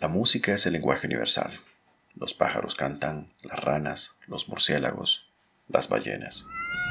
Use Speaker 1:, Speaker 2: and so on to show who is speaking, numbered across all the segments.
Speaker 1: La música es el lenguaje universal. Los pájaros cantan, las ranas, los murciélagos, las ballenas.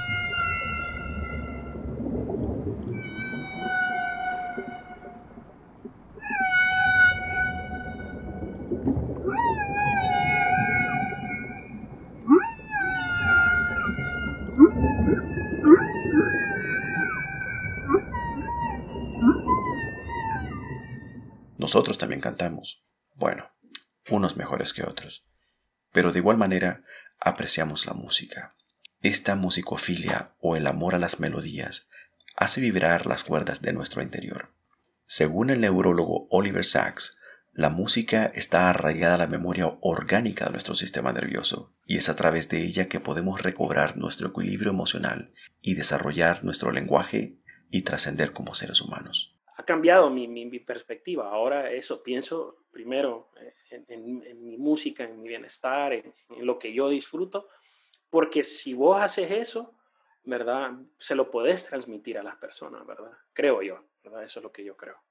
Speaker 1: Nosotros también cantamos. Bueno, unos mejores que otros. Pero de igual manera apreciamos la música. Esta musicofilia o el amor a las melodías hace vibrar las cuerdas de nuestro interior. Según el neurólogo Oliver Sacks, la música está arraigada a la memoria orgánica de nuestro sistema nervioso y es a través de ella que podemos recobrar nuestro equilibrio emocional y desarrollar nuestro lenguaje y trascender como seres humanos.
Speaker 2: Ha cambiado mi perspectiva. Ahora pienso primero en mi música, en mi bienestar, en lo que yo disfruto, porque si vos haces eso, ¿verdad? Se lo podés transmitir a las personas, ¿verdad? Creo yo, ¿verdad? Eso es lo que yo creo.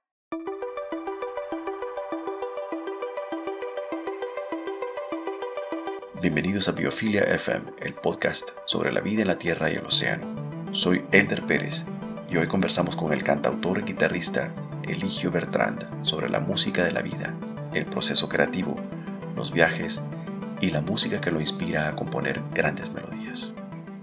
Speaker 1: Bienvenidos a Biofilia FM, el podcast sobre la vida en la tierra y el océano. Soy Elder Pérez y hoy conversamos con el cantautor y guitarrista Eligio Bertrand sobre la música de la vida, el proceso creativo, los viajes y la música que lo inspira a componer grandes melodías.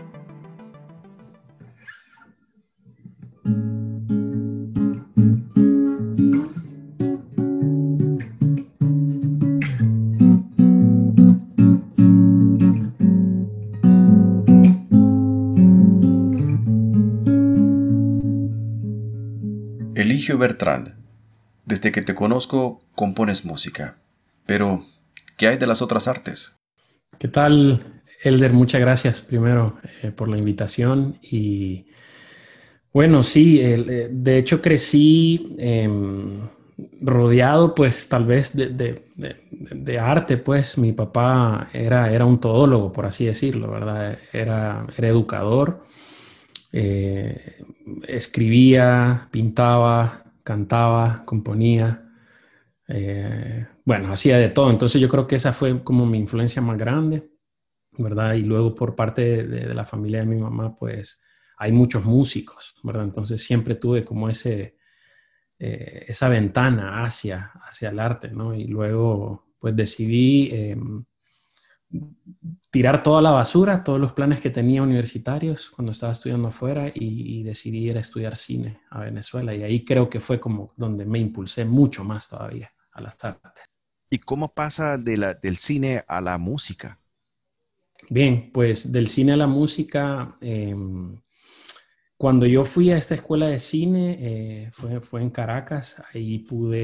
Speaker 1: Eligio Bertrand, desde que te conozco compones música, pero ¿qué hay de las otras artes?
Speaker 3: ¿Qué tal, Elder? Muchas gracias primero por la invitación. Y bueno, sí, de hecho crecí rodeado pues tal vez de arte, pues mi papá era un todólogo, por así decirlo, ¿verdad? Era educador, eh, escribía, pintaba, cantaba, componía. Bueno, hacía de todo. Entonces yo creo que esa fue como mi influencia más grande, ¿verdad? Y luego por parte de la familia de mi mamá, pues hay muchos músicos, ¿verdad? Entonces siempre tuve como esa ventana hacia el arte, ¿no? Y luego pues decidí tirar toda la basura, todos los planes que tenía universitarios cuando estaba estudiando afuera y decidí ir a estudiar cine a Venezuela. Y ahí creo que fue como donde me impulsé mucho más todavía a las artes.
Speaker 4: ¿Y cómo pasa del cine a la música?
Speaker 3: Bien, pues del cine a la música, cuando yo fui a esta escuela de cine, fue en Caracas, ahí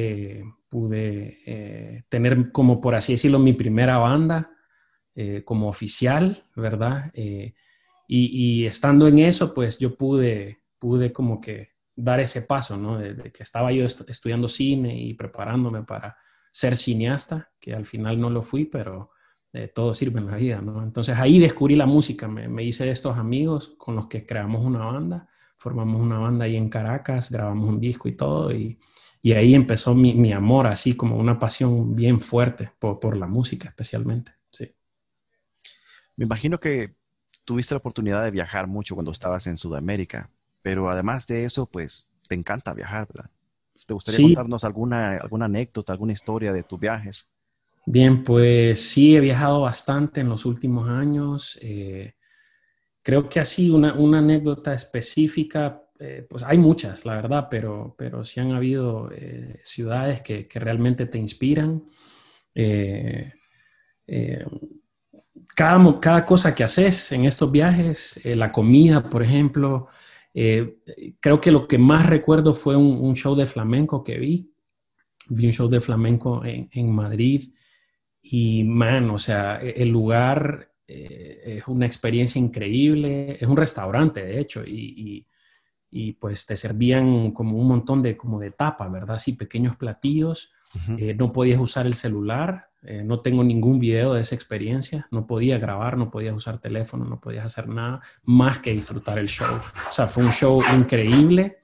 Speaker 3: pude tener como por así decirlo mi primera banda como oficial, ¿verdad? Y estando en eso, pues yo pude como que dar ese paso, ¿no? De que estaba yo estudiando cine y preparándome para ser cineasta, que al final no lo fui, pero todo sirve en la vida, ¿no? Entonces ahí descubrí la música, me hice de estos amigos con los que creamos una banda, formamos una banda ahí en Caracas, grabamos un disco y todo, y ahí empezó mi amor, así como una pasión bien fuerte por la música especialmente, sí.
Speaker 4: Me imagino que tuviste la oportunidad de viajar mucho cuando estabas en Sudamérica, pero además de eso, pues te encanta viajar, ¿verdad? ¿Te gustaría
Speaker 3: Sí,
Speaker 4: contarnos alguna anécdota, alguna historia de tus viajes?
Speaker 3: bien, pues sí, he viajado bastante en los últimos años. Creo que así una anécdota específica, pues hay muchas, la verdad, pero sí han habido ciudades que realmente te inspiran. Eh, eh, cada cosa que haces en estos viajes, la comida, por ejemplo, eh, creo que lo que más recuerdo fue un show de flamenco que vi. Vi un show de flamenco en Madrid. Y, man, o sea, el lugar es una experiencia increíble. Es un restaurante, de hecho, y pues te servían como un montón como de tapas, ¿verdad? Así, pequeños platillos.
Speaker 4: Ujú.
Speaker 3: No podías usar el celular. No tengo ningún video de esa experiencia. No podía grabar, no podías usar teléfono, no podías hacer nada más que disfrutar el show. O sea, fue un show increíble.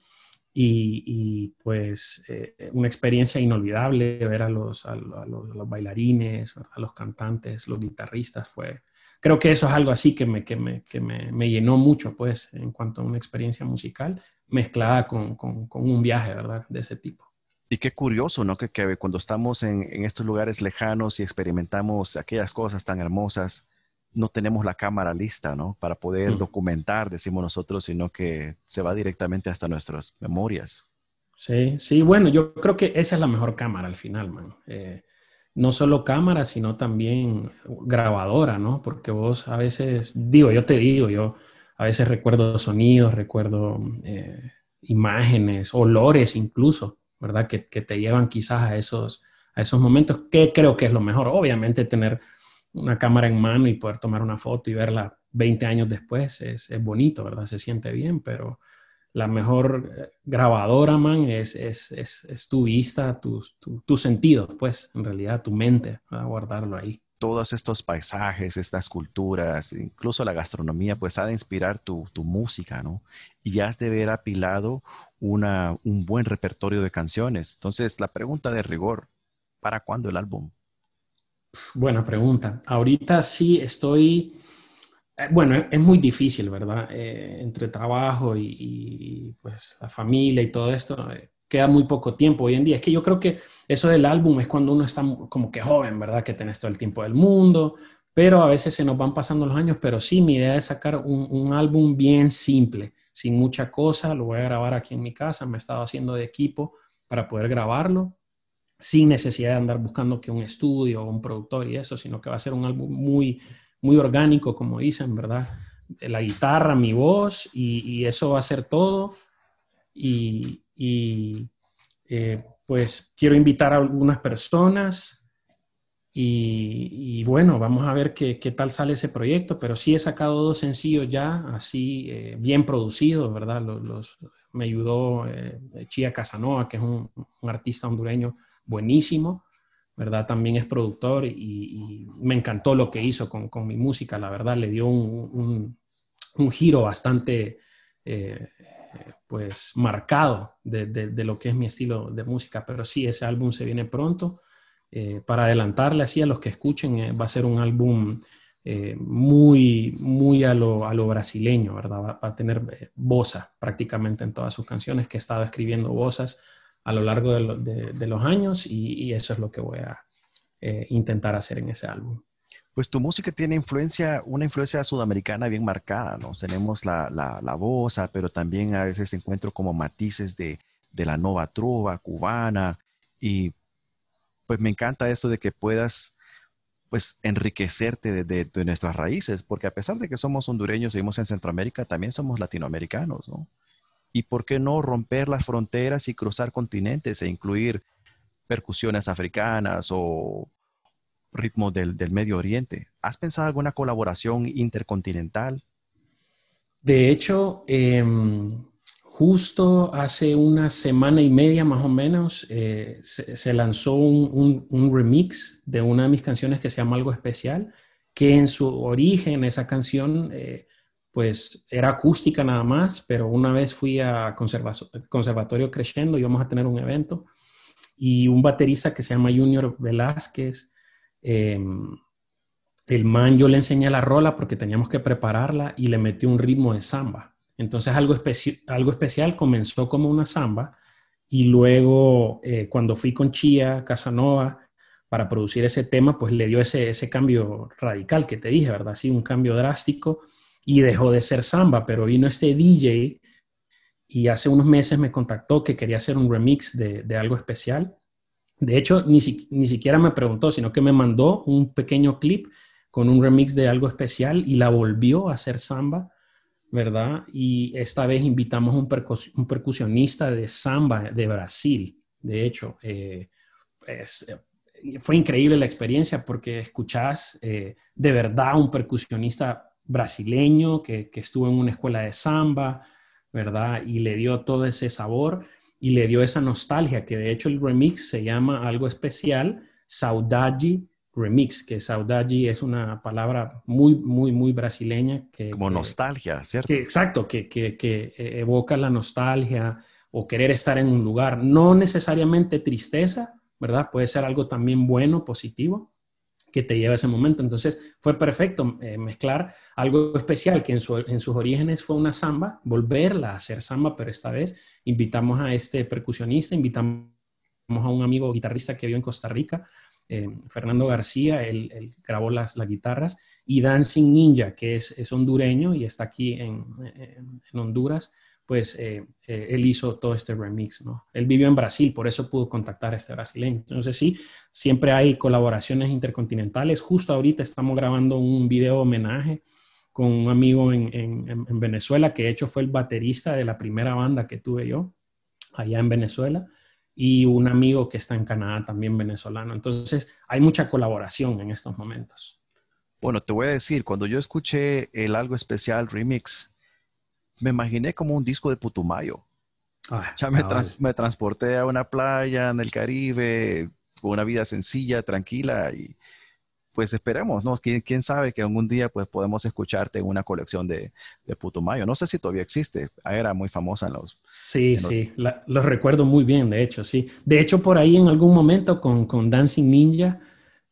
Speaker 3: y pues una experiencia inolvidable ver a los bailarines, a los cantantes, los guitarristas. Creo que eso es algo así que me llenó mucho, pues, en cuanto a una experiencia musical mezclada con un viaje, ¿verdad? De ese tipo.
Speaker 4: Y qué curioso, ¿no? Que cuando estamos en estos lugares lejanos y experimentamos aquellas cosas tan hermosas, no tenemos la cámara lista, ¿no? Para poder
Speaker 3: Mm.
Speaker 4: documentar, decimos nosotros, sino que se va directamente hasta nuestras memorias.
Speaker 3: Sí, sí, bueno, yo creo que esa es la mejor cámara al final, man. No solo cámara, sino también grabadora, ¿no? Porque vos a veces, yo a veces recuerdo sonidos, recuerdo imágenes, olores incluso, ¿verdad? Que te llevan quizás a esos momentos, que creo que es lo mejor. Obviamente tener una cámara en mano y poder tomar una foto y verla 20 años después es bonito, ¿verdad? Se siente bien, pero la mejor grabadora, man, es tu vista, tus sentidos, pues, en realidad, tu mente, a guardarlo ahí.
Speaker 4: Todos estos paisajes, estas culturas, incluso la gastronomía, pues ha de inspirar tu música, ¿no? Y has de haber apilado un buen repertorio de canciones. Entonces, la pregunta de rigor, ¿para cuándo el álbum?
Speaker 3: Buena pregunta. Ahorita sí estoy, bueno, es muy difícil, ¿verdad? Entre trabajo pues la familia y todo esto, queda muy poco tiempo hoy en día. Es que yo creo que eso del álbum es cuando uno está como que joven, ¿verdad? Que tenés todo el tiempo del mundo, pero a veces se nos van pasando los años, pero sí, mi idea es sacar un álbum bien simple, sin mucha cosa. Lo voy a grabar aquí en mi casa, me he estado haciendo de equipo para poder grabarlo sin necesidad de andar buscando que un estudio o un productor y eso, sino que va a ser un álbum muy, muy orgánico, como dicen, ¿verdad? La guitarra, mi voz y eso va a ser todo. Y pues quiero invitar a algunas personas y bueno, vamos a ver qué tal sale ese proyecto, pero sí he sacado 2 sencillos ya, así bien producidos, ¿verdad? Me ayudó Chía Casanova, que es un artista hondureño buenísimo, ¿verdad? También es productor y me encantó lo que hizo con mi música, la verdad, le dio un giro bastante, pues, marcado de lo que es mi estilo de música, pero sí, ese álbum se viene pronto. Para adelantarle así a los que escuchen, va a ser un álbum muy, muy a lo brasileño, ¿verdad? Va a tener bossa prácticamente en todas sus canciones, que he estado escribiendo bossas a lo largo de los años y eso es lo que voy a intentar hacer en ese álbum.
Speaker 4: Pues tu música tiene una influencia sudamericana bien marcada, ¿no? Tenemos la bossa, pero también a veces encuentro como matices de la nova trova cubana y pues me encanta esto de que puedas pues enriquecerte de nuestras raíces, porque a pesar de que somos hondureños y vivimos en Centroamérica, también somos latinoamericanos, ¿no? Y por qué no romper las fronteras y cruzar continentes e incluir percusiones africanas o ritmos del Medio Oriente. ¿Has pensado alguna colaboración intercontinental?
Speaker 3: De hecho, justo hace una semana y media más o menos se lanzó un remix de una de mis canciones que se llama Algo Especial, que en su origen esa canción pues era acústica nada más, pero una vez fui a Conservatorio Crescendo y íbamos a tener un evento y un baterista que se llama Junior Velázquez. El man, yo le enseñé la rola porque teníamos que prepararla y le metí un ritmo de samba. Entonces algo especial comenzó como una samba y luego cuando fui con Chía Casanova para producir ese tema, pues le dio ese cambio radical que te dije, ¿verdad? Sí, un cambio drástico y dejó de ser samba, pero vino este DJ y hace unos meses me contactó que quería hacer un remix de algo especial. De hecho, ni siquiera me preguntó, sino que me mandó un pequeño clip con un remix de algo especial y la volvió a hacer samba, ¿verdad? Y esta vez invitamos a un percusionista de samba de Brasil. De hecho, fue increíble la experiencia porque escuchás de verdad un percusionista brasileño que estuvo en una escuela de samba, ¿verdad? Y le dio todo ese sabor y le dio esa nostalgia, que de hecho el remix se llama algo especial, Saudade Remix, que Saudade es una palabra muy, muy, muy brasileña
Speaker 4: Como nostalgia, ¿cierto?
Speaker 3: exacto, que evoca la nostalgia, o querer estar en un lugar. No necesariamente tristeza, ¿verdad? Puede ser algo también bueno, positivo, que te lleva a ese momento. Entonces fue perfecto mezclar algo especial que en sus orígenes fue una samba, volverla a hacer samba, pero esta vez invitamos a este percusionista, invitamos a un amigo guitarrista que vive en Costa Rica, Fernando García, él grabó las guitarras, y Dancing Ninja, que es hondureño y está aquí en Honduras, pues él hizo todo este remix, ¿no? Él vivió en Brasil, por eso pudo contactar a este brasileño. Entonces sí, siempre hay colaboraciones intercontinentales. Justo ahorita estamos grabando un video homenaje con un amigo en Venezuela, que de hecho fue el baterista de la primera banda que tuve yo allá en Venezuela, y un amigo que está en Canadá también venezolano. Entonces hay mucha colaboración en estos momentos.
Speaker 4: Bueno, te voy a decir, cuando yo escuché el Algo Especial remix, me imaginé como un disco de Putumayo.
Speaker 3: Ah,
Speaker 4: Ya
Speaker 3: cabal.
Speaker 4: me transporté a una playa en el Caribe, con una vida sencilla, tranquila, y pues esperemos, ¿no? ¿Quién sabe que algún día pues podemos escucharte en una colección de Putumayo? No sé si todavía existe, era muy famosa
Speaker 3: Sí,
Speaker 4: en los...
Speaker 3: sí, los recuerdo muy bien, de hecho, sí. De hecho, por ahí en algún momento con Dancing Ninja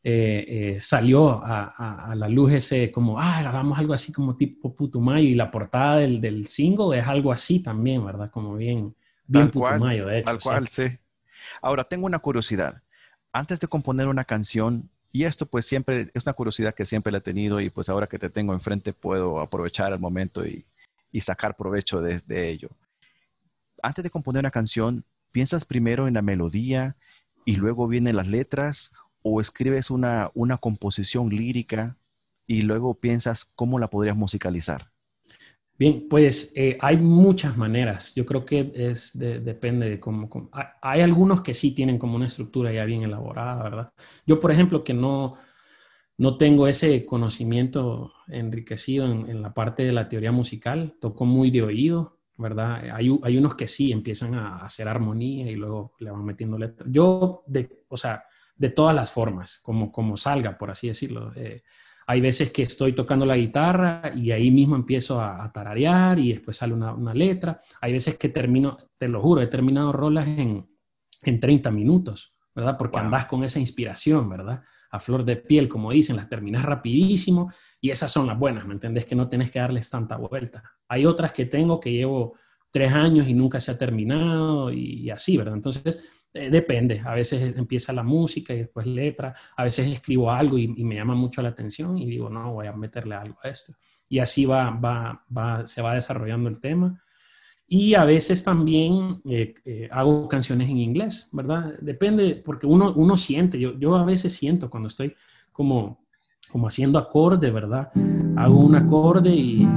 Speaker 3: salió a la luz ese como, hagamos algo así como tipo Putumayo, y la portada del single es algo así también, ¿verdad? Como bien Putumayo, de
Speaker 4: Tal
Speaker 3: hecho,
Speaker 4: cual,
Speaker 3: sí.
Speaker 4: sí. Ahora, tengo una curiosidad. Antes de componer una canción, y esto pues siempre es una curiosidad que siempre la he tenido y pues ahora que te tengo enfrente puedo aprovechar el momento y sacar provecho de ello. Antes de componer una canción, ¿piensas primero en la melodía y luego vienen las letras o escribes una composición lírica y luego piensas cómo la podrías musicalizar?
Speaker 3: Bien, pues hay muchas maneras. Yo creo que depende de cómo. Hay algunos que sí tienen como una estructura ya bien elaborada, ¿verdad? Yo, por ejemplo, que no tengo ese conocimiento enriquecido en la parte de la teoría musical, toco muy de oído, ¿verdad? Hay unos que sí empiezan a hacer armonía y luego le van metiendo letras. Yo, o sea, de todas las formas, como salga, por así decirlo. Hay veces que estoy tocando la guitarra y ahí mismo empiezo a tararear y después sale una letra. Hay veces que termino, te lo juro, he terminado rolas en 30 minutos, ¿verdad? Porque
Speaker 4: Wow.
Speaker 3: andás con esa inspiración, ¿verdad? A flor de piel, como dicen, las terminas rapidísimo y esas son las buenas, ¿me entendés? Que no tenés que darles tanta vuelta. Hay otras que tengo que llevo 3 años y nunca se ha terminado y así, ¿verdad? Entonces, depende. A veces empieza la música y después letra. A veces escribo algo y me llama mucho la atención y digo, no, voy a meterle algo a esto. Y así se va desarrollando el tema. Y a veces también hago canciones en inglés, ¿verdad? Depende, porque uno siente, yo a veces siento cuando estoy como haciendo acorde, ¿verdad? Hago un acorde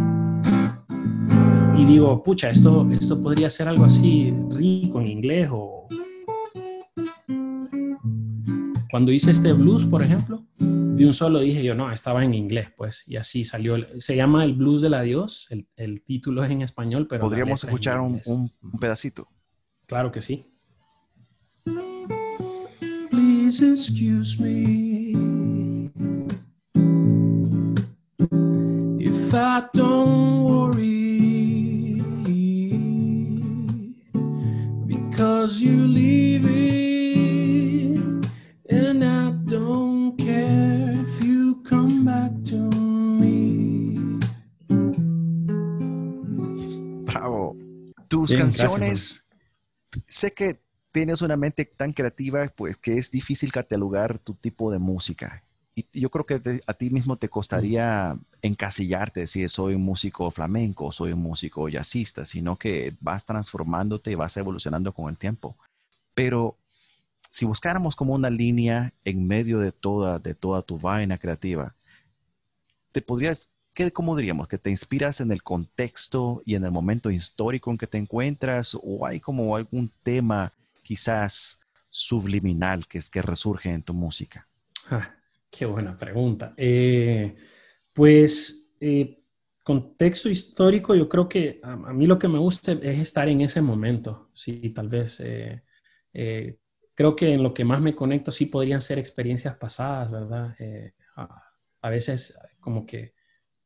Speaker 3: y digo, pucha, esto podría ser algo así rico en inglés. O cuando hice este blues, por ejemplo, de un solo dije yo, no, estaba en inglés, pues, y así salió. Se llama El Blues del Adiós, el título es en español, pero la
Speaker 4: ¿Podríamos
Speaker 3: letra es en
Speaker 4: escuchar
Speaker 3: inglés.
Speaker 4: un pedacito?
Speaker 3: Claro que sí. Please excuse me if I don't worry, because you're leaving, and I don't care if you come back to me.
Speaker 4: Bravo. Tus
Speaker 3: Bien, gracias, man.
Speaker 4: canciones, sé que tienes una mente tan creativa, pues que es difícil catalogar tu tipo de música. Y yo creo que a ti mismo te costaría encasillarte, decir soy un músico flamenco, soy un músico jazzista, sino que vas transformándote y vas evolucionando con el tiempo. Pero si buscáramos como una línea en medio de toda tu vaina creativa, te podrías, ¿cómo diríamos? ¿Que te inspiras en el contexto y en el momento histórico en que te encuentras? ¿O hay como algún tema quizás subliminal que resurge en tu música?
Speaker 3: Ah, qué buena pregunta. Pues, contexto histórico, yo creo que a mí lo que me gusta es estar en ese momento. Sí, tal vez. Eh, Creo que en lo que más me conecto sí podrían ser experiencias pasadas, ¿verdad? A veces como que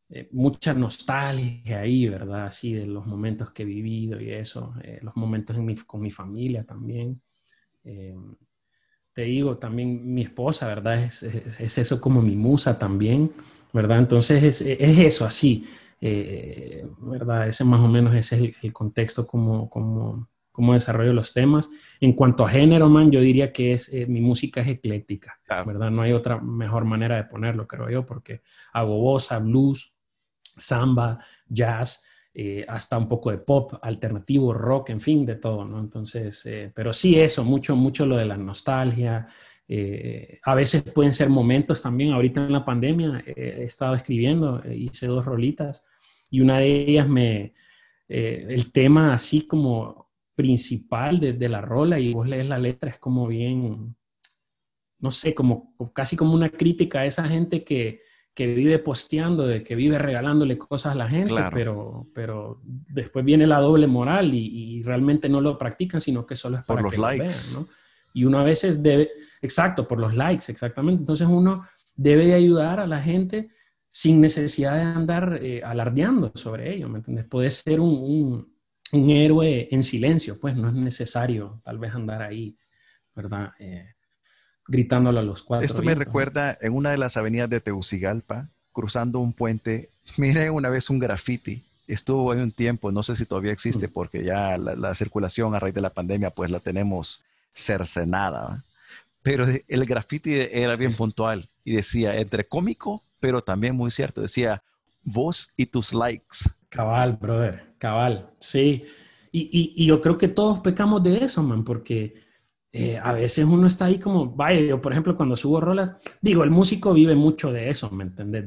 Speaker 3: mucha nostalgia ahí, ¿verdad? Así de los momentos que he vivido y eso, los momentos con mi familia también. Eh, Te digo, también mi esposa, ¿verdad? Es eso como mi musa también, ¿verdad? Entonces es eso así, ¿verdad? Ese más o menos ese es el contexto como desarrollo los temas. En cuanto a género, man, yo diría que mi música es ecléctica,
Speaker 4: Claro.
Speaker 3: ¿verdad? No hay otra mejor manera de ponerlo, creo yo, porque hago bossa, blues, samba, jazz, hasta un poco de pop, alternativo, rock, en fin, de todo, ¿no? Entonces, pero sí eso, mucho lo de la nostalgia. A veces pueden ser momentos también, ahorita en la pandemia he estado escribiendo, hice 2 rolitas y una de ellas el tema así como principal de la rola y vos lees la letra es como bien, no sé, como casi como una crítica a esa gente que vive posteando, de que vive regalándole cosas a la gente,
Speaker 4: Claro,
Speaker 3: pero después viene la doble moral y realmente no lo practican, sino que solo es
Speaker 4: por
Speaker 3: para
Speaker 4: los
Speaker 3: que los vean,
Speaker 4: likes.
Speaker 3: ¿no? Y uno a veces debe, exacto, por los likes, exactamente. Entonces uno debe de ayudar a la gente sin necesidad de andar alardeando sobre ello, ¿me entiendes? Puede ser un héroe en silencio, pues no es necesario tal vez andar ahí, ¿verdad? Gritándolo a los cuatro
Speaker 4: Esto me
Speaker 3: vientos, ¿no?
Speaker 4: recuerda en una de las avenidas de Tegucigalpa, cruzando un puente, miré una vez un graffiti. Estuvo ahí un tiempo, no sé si todavía existe
Speaker 3: Mm.
Speaker 4: porque ya la circulación a raíz de la pandemia pues la tenemos cercenada, ¿va? Pero el graffiti era bien
Speaker 3: Sí.
Speaker 4: puntual y decía, entre cómico, pero también muy cierto, decía, vos y tus likes.
Speaker 3: Cabal, brother, cabal, sí. Y yo creo que todos pecamos de eso, man, porque a veces uno está ahí como, vaya, yo por ejemplo cuando subo rolas, digo, el músico vive mucho de eso, ¿me entiendes?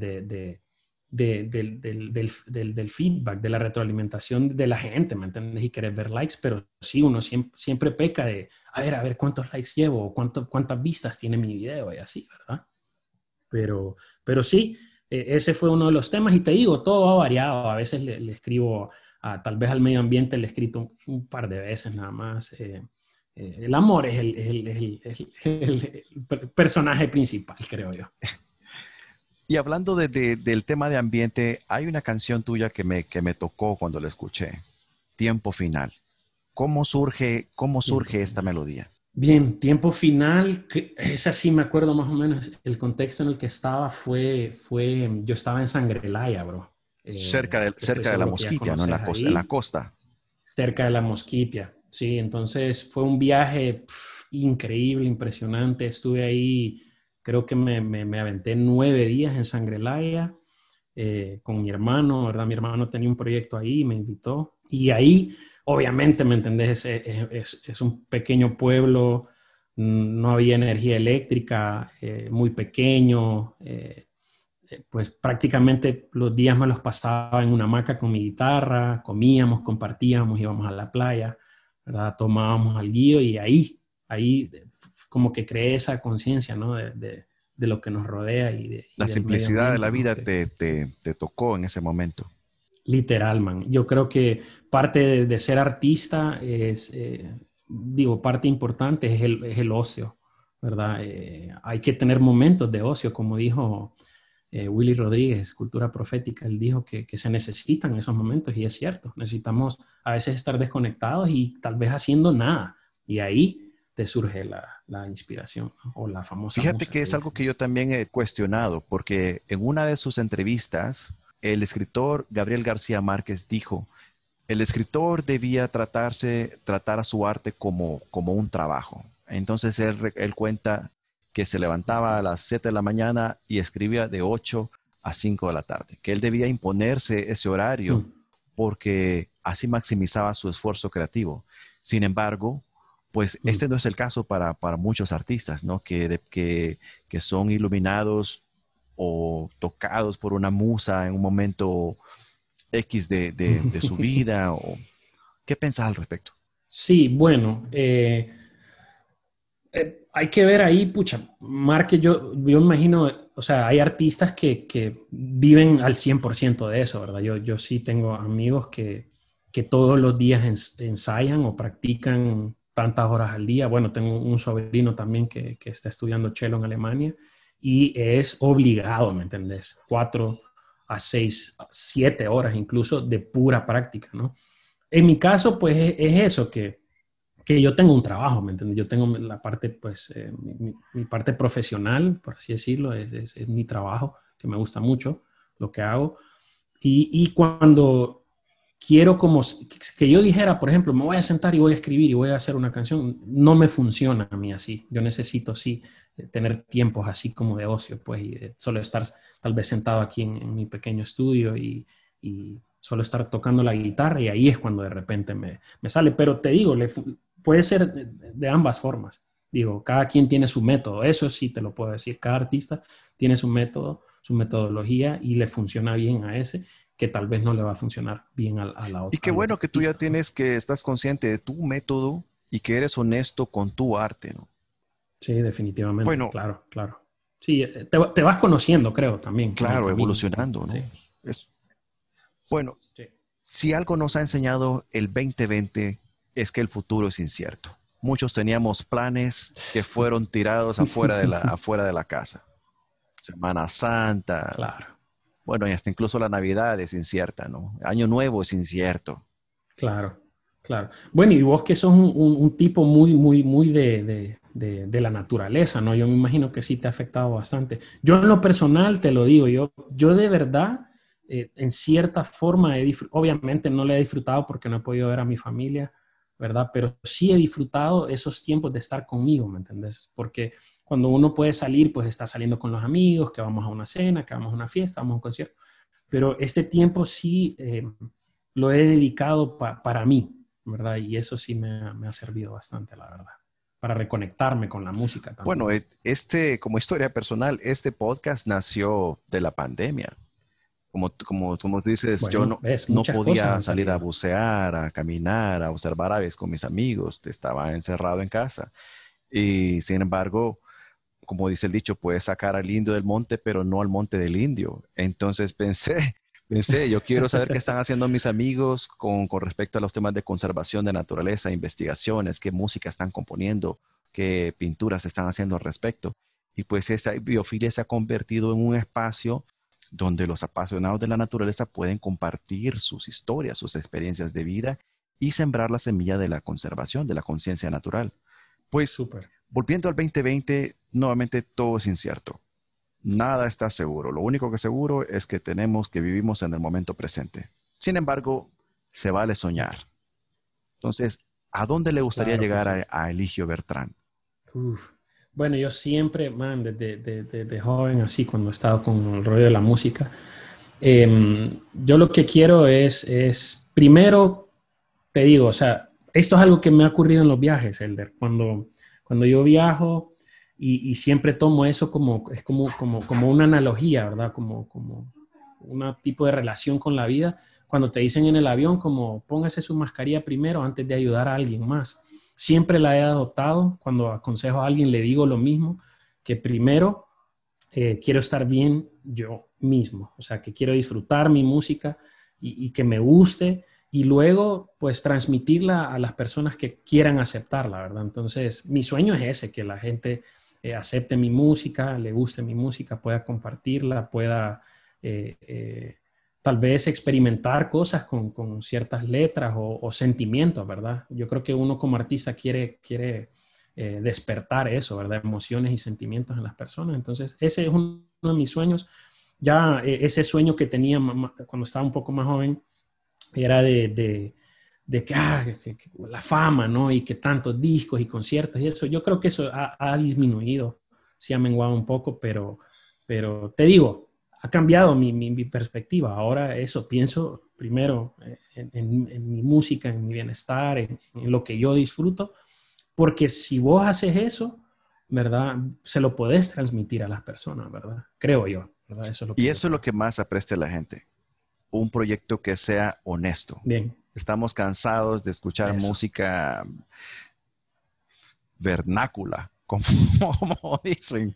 Speaker 3: Del feedback, de la retroalimentación de la gente, ¿me entiendes? Y querer ver likes, pero sí, uno siempre peca de, a ver cuántos likes llevo, o cuántas vistas tiene mi video y así, ¿verdad? Pero, pero sí, ese fue uno de los temas y te digo, todo ha variado. A veces le escribo, tal vez al medio ambiente le he escrito un par de veces nada más. El amor es el personaje principal, creo yo.
Speaker 4: Y hablando del tema de ambiente, hay una canción tuya que me tocó cuando la escuché, Tiempo Final. Cómo
Speaker 3: Tiempo
Speaker 4: surge esta
Speaker 3: final.
Speaker 4: melodía?
Speaker 3: Bien, tiempo final, esa sí me acuerdo más o menos. El contexto en el que estaba yo estaba en Sangrelaya, bro. Estoy
Speaker 4: Cerca de la
Speaker 3: seguro que ya
Speaker 4: Mosquitia, ¿no?
Speaker 3: conoces
Speaker 4: En la
Speaker 3: ahí.
Speaker 4: costa.
Speaker 3: Cerca de la Mosquitia, sí, entonces fue un viaje increíble, impresionante, estuve ahí, creo que me aventé 9 días en Sangrelaya con mi hermano, ¿verdad? Mi hermano tenía un proyecto ahí, me invitó y ahí, obviamente, ¿me entendés? Es un pequeño pueblo, no había energía eléctrica, muy pequeño, pues prácticamente los días me los pasaba en una hamaca con mi guitarra, comíamos, compartíamos, íbamos a la playa, ¿verdad? Tomábamos algo y ahí como que creé esa conciencia, ¿no? De lo que nos rodea y
Speaker 4: La
Speaker 3: del medio
Speaker 4: simplicidad de la
Speaker 3: ambiente, ¿no?
Speaker 4: vida te tocó en ese momento.
Speaker 3: Literal, man. Yo creo que parte de ser artista digo, parte importante es el ocio, ¿verdad? Hay que tener momentos de ocio, como dijo Willy Rodríguez, Cultura Profética, él dijo que se necesitan esos momentos y es cierto, necesitamos a veces estar desconectados y tal vez haciendo nada y ahí te surge la inspiración, ¿no? O la famosa
Speaker 4: Fíjate
Speaker 3: musa
Speaker 4: que
Speaker 3: que
Speaker 4: es algo que
Speaker 3: dicen.
Speaker 4: yo también he cuestionado, porque en una de sus entrevistas, el escritor Gabriel García Márquez dijo, el escritor debía tratar a su arte como un trabajo. Entonces él cuenta que se levantaba a las 7 de la mañana y escribía de 8 a 5 de la tarde, que él debía imponerse ese horario
Speaker 3: Mm,
Speaker 4: porque así maximizaba su esfuerzo creativo. Sin embargo, pues este
Speaker 3: mm.
Speaker 4: no es el caso para muchos artistas, ¿no? Que son iluminados o tocados por una musa en un momento X de su vida. O, ¿qué pensás al respecto?
Speaker 3: Sí, bueno, hay que ver ahí, pucha, Márquez, yo imagino, o sea, hay artistas que viven al 100% de eso, ¿verdad? Yo sí tengo amigos que todos los días ensayan o practican tantas horas al día. Bueno, tengo un sobrino también que está estudiando cello en Alemania y es obligado, ¿me entendés? a 6, 7 horas incluso de pura práctica, ¿no? En mi caso, pues es eso, que yo tengo un trabajo, ¿me entiendes? Yo tengo la parte, pues, mi parte profesional, por así decirlo, es mi trabajo, que me gusta mucho lo que hago. Y cuando quiero como que yo dijera, por ejemplo, me voy a sentar y voy a escribir y voy a hacer una canción, no me funciona a mí así. Yo necesito, sí, tener tiempos así como de ocio, pues, y solo estar tal vez sentado aquí en mi pequeño estudio y solo estar tocando la guitarra, y ahí es cuando de repente me sale. Pero te digo, puede ser de ambas formas. Digo, cada quien tiene su método, eso sí te lo puedo decir. Cada artista tiene su método, su metodología, y le funciona bien a ese, que tal vez no le va a funcionar bien a la
Speaker 4: Y
Speaker 3: otra.
Speaker 4: qué bueno que tú ya
Speaker 3: artista, ¿no?
Speaker 4: tienes que estás consciente de tu método y que eres honesto con tu arte, ¿no?
Speaker 3: Sí, definitivamente,
Speaker 4: Bueno,
Speaker 3: claro, claro. Sí, te vas conociendo, creo, también en el
Speaker 4: claro,
Speaker 3: camino.
Speaker 4: evolucionando,
Speaker 3: Sí,
Speaker 4: ¿no? Es, bueno,
Speaker 3: sí.
Speaker 4: si algo nos ha enseñado el 2020 es que el futuro es incierto. Muchos teníamos planes que fueron tirados afuera de la casa. Semana Santa,
Speaker 3: Claro,
Speaker 4: bueno, y hasta incluso la Navidad es incierta, ¿no? Año Nuevo es incierto.
Speaker 3: claro, claro. Bueno, y vos que sos un tipo muy, muy, muy de la naturaleza, ¿no? Yo me imagino que sí te ha afectado bastante. Yo en lo personal, te lo digo, yo de verdad, en cierta forma, obviamente no le he disfrutado porque no he podido ver a mi familia, ¿verdad? Pero sí he disfrutado esos tiempos de estar conmigo, ¿me entendés? Porque cuando uno puede salir, pues está saliendo con los amigos, que vamos a una cena, que vamos a una fiesta, vamos a un concierto. Pero este tiempo sí lo he dedicado para mí, ¿verdad? Y eso sí me ha servido bastante, la verdad, para reconectarme con la música
Speaker 4: Bueno,
Speaker 3: también.
Speaker 4: como historia personal, este podcast nació de la pandemia. Como tú dices, yo
Speaker 3: Bueno, ves,
Speaker 4: no
Speaker 3: muchas cosas
Speaker 4: podía
Speaker 3: han
Speaker 4: salir a
Speaker 3: salido.
Speaker 4: bucear, a caminar, a observar aves con mis amigos, estaba encerrado en casa. Y sin embargo, como dice el dicho, puedes sacar al indio del monte, pero no al monte del indio. Entonces pensé, yo quiero saber qué están haciendo mis amigos con respecto a los temas de conservación de naturaleza, investigaciones, qué música están componiendo, qué pinturas están haciendo al respecto. Y pues esta biofilia se ha convertido en un espacio donde los apasionados de la naturaleza pueden compartir sus historias, sus experiencias de vida y sembrar la semilla de la conservación, de la conciencia natural. Pues,
Speaker 3: Súper.
Speaker 4: volviendo al 2020, nuevamente todo es incierto. Nada está seguro. Lo único que es seguro es que vivimos en el momento presente. Sin embargo, se vale soñar. Entonces, ¿a dónde le gustaría
Speaker 3: Claro que
Speaker 4: llegar
Speaker 3: sí.
Speaker 4: a Eligio Bertrán?
Speaker 3: Uf. Bueno, yo siempre, man, desde joven, así, cuando he estado con el rollo de la música, yo lo que quiero primero, te digo, o sea, esto es algo que me ha ocurrido en los viajes, Elder. Cuando yo viajo y siempre tomo eso es como una analogía, ¿verdad? Como un tipo de relación con la vida. Cuando te dicen en el avión, como póngase su mascarilla primero antes de ayudar a alguien más. Siempre la he adoptado. Cuando aconsejo a alguien, le digo lo mismo, que primero quiero estar bien yo mismo, o sea, que quiero disfrutar mi música y que me guste, y luego pues transmitirla a las personas que quieran aceptarla, ¿verdad? Entonces, mi sueño es ese, que la gente acepte mi música, le guste mi música, pueda compartirla, pueda eh, eh, tal vez experimentar cosas con ciertas letras o sentimientos, ¿verdad? Yo creo que uno como artista quiere despertar eso, ¿verdad? Emociones y sentimientos en las personas. Entonces, ese es uno de mis sueños. Ya ese sueño que tenía cuando estaba un poco más joven era de que la fama, ¿no? Y que tantos discos y conciertos y eso. Yo creo que eso ha disminuido, sí ha menguado un poco, pero te digo, ha cambiado mi perspectiva. Ahora eso pienso primero en mi música, en mi bienestar, en lo que yo disfruto, porque si vos haces eso, ¿verdad? Se lo podés transmitir a las personas, ¿verdad? Creo yo, ¿verdad? Eso es lo
Speaker 4: Y
Speaker 3: que yo
Speaker 4: eso es lo
Speaker 3: creo.
Speaker 4: que más aprecia la gente. Un proyecto que sea honesto.
Speaker 3: Bien,
Speaker 4: Estamos cansados de escuchar
Speaker 3: eso.
Speaker 4: música vernácula, como, como dicen.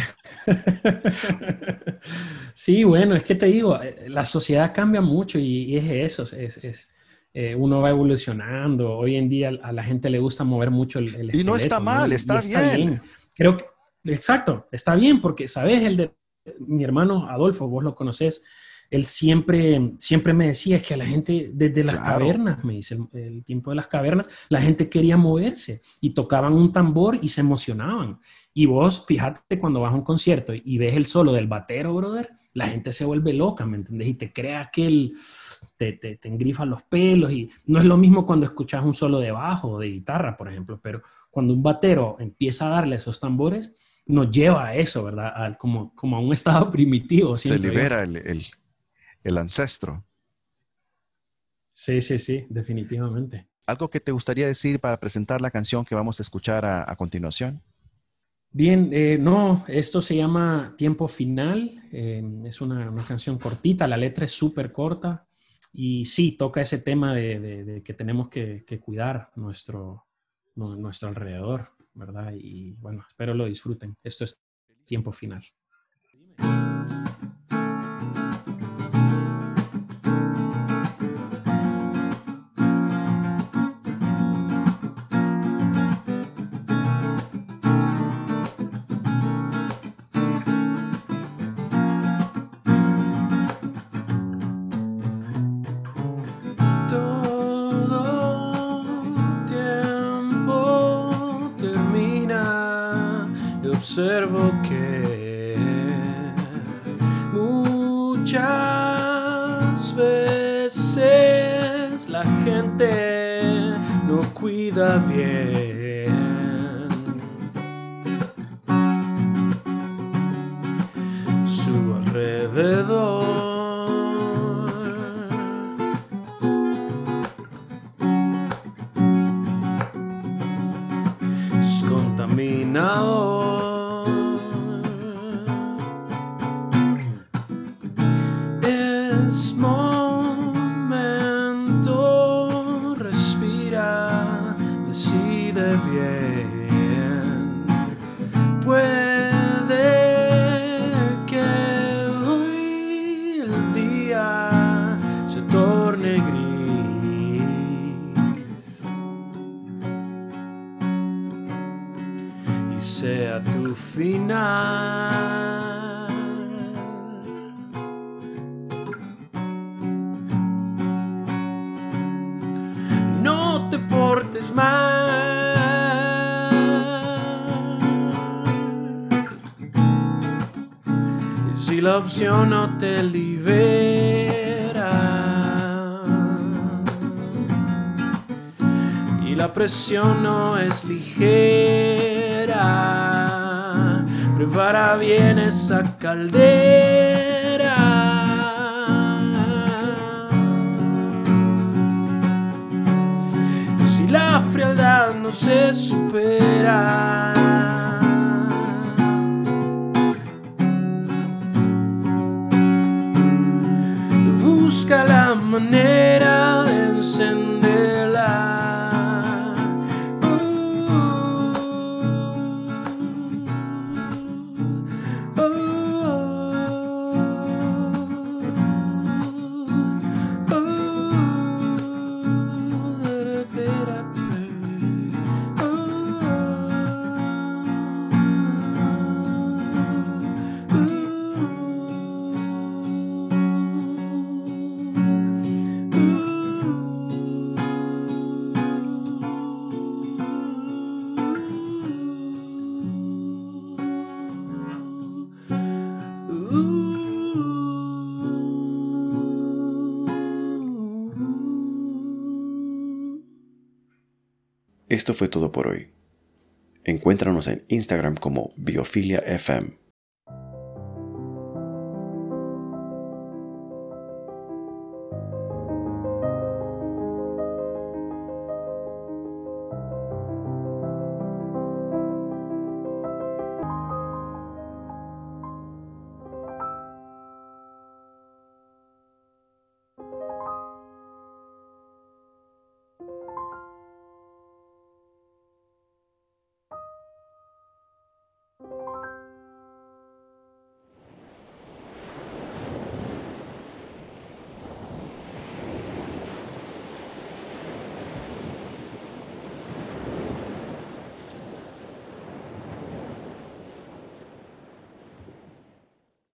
Speaker 3: Sí, bueno, es que te digo, la sociedad cambia mucho y es eso, uno va evolucionando. Hoy en día a la gente le gusta mover mucho el
Speaker 4: Y no está
Speaker 3: esqueleto, ¿no?
Speaker 4: mal,
Speaker 3: Y
Speaker 4: está
Speaker 3: está
Speaker 4: bien.
Speaker 3: bien. Creo que, exacto, está bien porque, ¿sabes? Mi hermano Adolfo, vos lo conocés, él siempre me decía que a la gente desde las
Speaker 4: Claro.
Speaker 3: cavernas, me dice, el tiempo de las cavernas, la gente quería moverse y tocaban un tambor y se emocionaban. Y vos, fíjate, cuando vas a un concierto y ves el solo del batero, brother, la gente se vuelve loca, ¿me entendés? Y te crea que te engrifan los pelos. Y no es lo mismo cuando escuchas un solo de bajo o de guitarra, por ejemplo, pero cuando un batero empieza a darle esos tambores, nos lleva a eso, ¿verdad? Como a un estado primitivo,
Speaker 4: Se
Speaker 3: siento yo.
Speaker 4: libera el ancestro.
Speaker 3: Sí, sí, sí, definitivamente.
Speaker 4: ¿Algo que te gustaría decir para presentar la canción que vamos a escuchar a continuación?
Speaker 3: Bien, no, esto se llama Tiempo Final, es una canción cortita, la letra es súper corta y sí, toca ese tema de que tenemos que cuidar nuestro alrededor, ¿verdad? Y bueno, espero lo disfruten. Esto es Tiempo Final.
Speaker 2: Todo tiempo termina y observo que muchas veces la gente no cuida bien su alrededor. Es contaminado. Es momento, respira, decide bien. Puede que hoy el día se torne gris y sea tu final. No te portes mal. Si la opción no te libera y la presión no es ligera, prepara bien esa caldera. Si la frialdad no se supera, busca la manera de encenderla.
Speaker 1: Esto fue todo por hoy. Encuéntranos en Instagram como Biofilia FM.